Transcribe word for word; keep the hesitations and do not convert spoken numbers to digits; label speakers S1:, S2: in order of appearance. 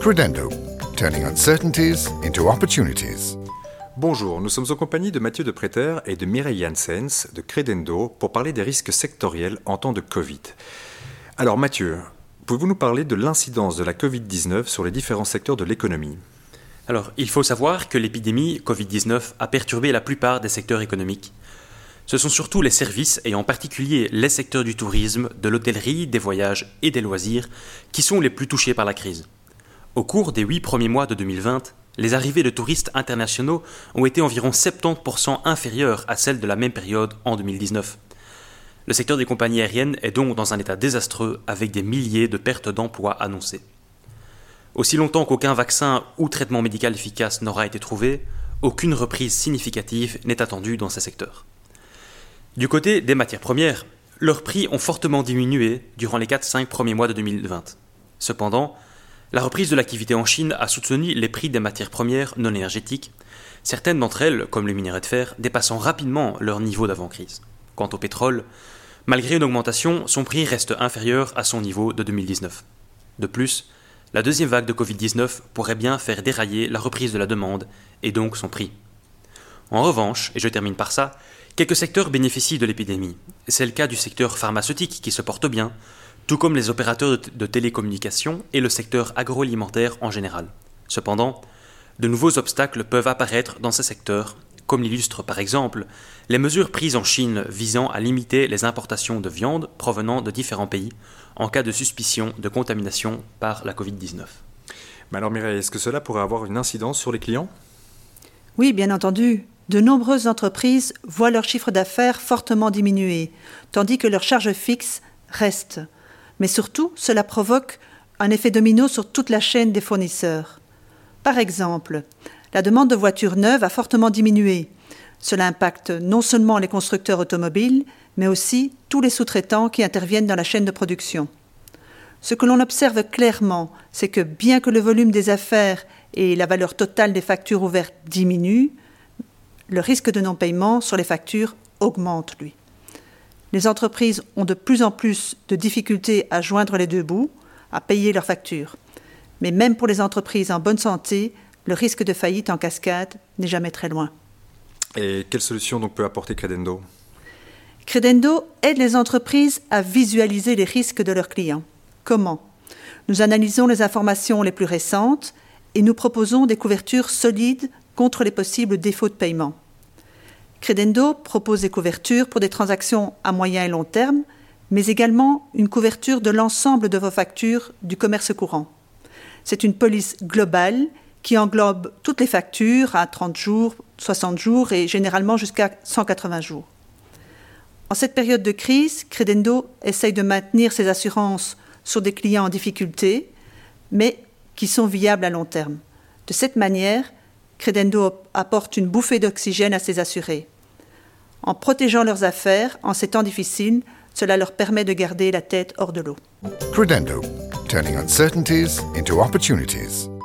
S1: Credendo, turning uncertainties into opportunities.
S2: Bonjour, nous sommes en compagnie de Mathieu de Préter et de Mireille Janssens de Credendo pour parler des risques sectoriels en temps de Covid. Alors Mathieu, pouvez-vous nous parler de l'incidence de la covid dix-neuf sur les différents secteurs de l'économie ?
S3: Alors, il faut savoir que l'épidémie covid dix-neuf a perturbé la plupart des secteurs économiques. Ce sont surtout les services, et en particulier les secteurs du tourisme, de l'hôtellerie, des voyages et des loisirs, qui sont les plus touchés par la crise. Au cours des huit premiers mois de deux mille vingt, les arrivées de touristes internationaux ont été environ soixante-dix pour cent inférieures à celles de la même période en deux mille dix-neuf. Le secteur des compagnies aériennes est donc dans un état désastreux avec des milliers de pertes d'emplois annoncées. Aussi longtemps qu'aucun vaccin ou traitement médical efficace n'aura été trouvé, aucune reprise significative n'est attendue dans ces secteurs. Du côté des matières premières, leurs prix ont fortement diminué durant les quatre à cinq premiers mois de deux mille vingt. Cependant, la reprise de l'activité en Chine a soutenu les prix des matières premières non énergétiques, certaines d'entre elles, comme le minerai de fer, dépassant rapidement leur niveau d'avant-crise. Quant au pétrole, malgré une augmentation, son prix reste inférieur à son niveau de deux mille dix-neuf. De plus, la deuxième vague de covid dix-neuf pourrait bien faire dérailler la reprise de la demande et donc son prix. En revanche, et je termine par ça, quelques secteurs bénéficient de l'épidémie. C'est le cas du secteur pharmaceutique qui se porte bien, tout comme les opérateurs de, t- de télécommunications et le secteur agroalimentaire en général. Cependant, de nouveaux obstacles peuvent apparaître dans ces secteurs, comme l'illustrent par exemple les mesures prises en Chine visant à limiter les importations de viande provenant de différents pays en cas de suspicion de contamination par la covid dix-neuf.
S2: Mais alors Mireille, est-ce que cela pourrait avoir une incidence sur les clients ?
S4: Oui, bien entendu. De nombreuses entreprises voient leur chiffre d'affaires fortement diminuer, tandis que leurs charges fixes restent. Mais surtout, cela provoque un effet domino sur toute la chaîne des fournisseurs. Par exemple, la demande de voitures neuves a fortement diminué. Cela impacte non seulement les constructeurs automobiles, mais aussi tous les sous-traitants qui interviennent dans la chaîne de production. Ce que l'on observe clairement, c'est que bien que le volume des affaires et la valeur totale des factures ouvertes diminuent, le risque de non-paiement sur les factures augmente, lui. Les entreprises ont de plus en plus de difficultés à joindre les deux bouts, à payer leurs factures. Mais même pour les entreprises en bonne santé, le risque de faillite en cascade n'est jamais très loin.
S2: Et quelle solution donc peut apporter Credendo ?
S4: Credendo aide les entreprises à visualiser les risques de leurs clients. Comment ? Nous analysons les informations les plus récentes et nous proposons des couvertures solides contre les possibles défauts de paiement. Credendo propose des couvertures pour des transactions à moyen et long terme, mais également une couverture de l'ensemble de vos factures du commerce courant. C'est une police globale qui englobe toutes les factures à trente jours, soixante jours et généralement jusqu'à cent quatre-vingts jours. En cette période de crise, Credendo essaye de maintenir ses assurances sur des clients en difficulté, mais qui sont viables à long terme. De cette manière, Credendo apporte une bouffée d'oxygène à ses assurés. En protégeant leurs affaires en ces temps difficiles, cela leur permet de garder la tête hors de l'eau.
S1: Credendo, turning uncertainties into opportunities.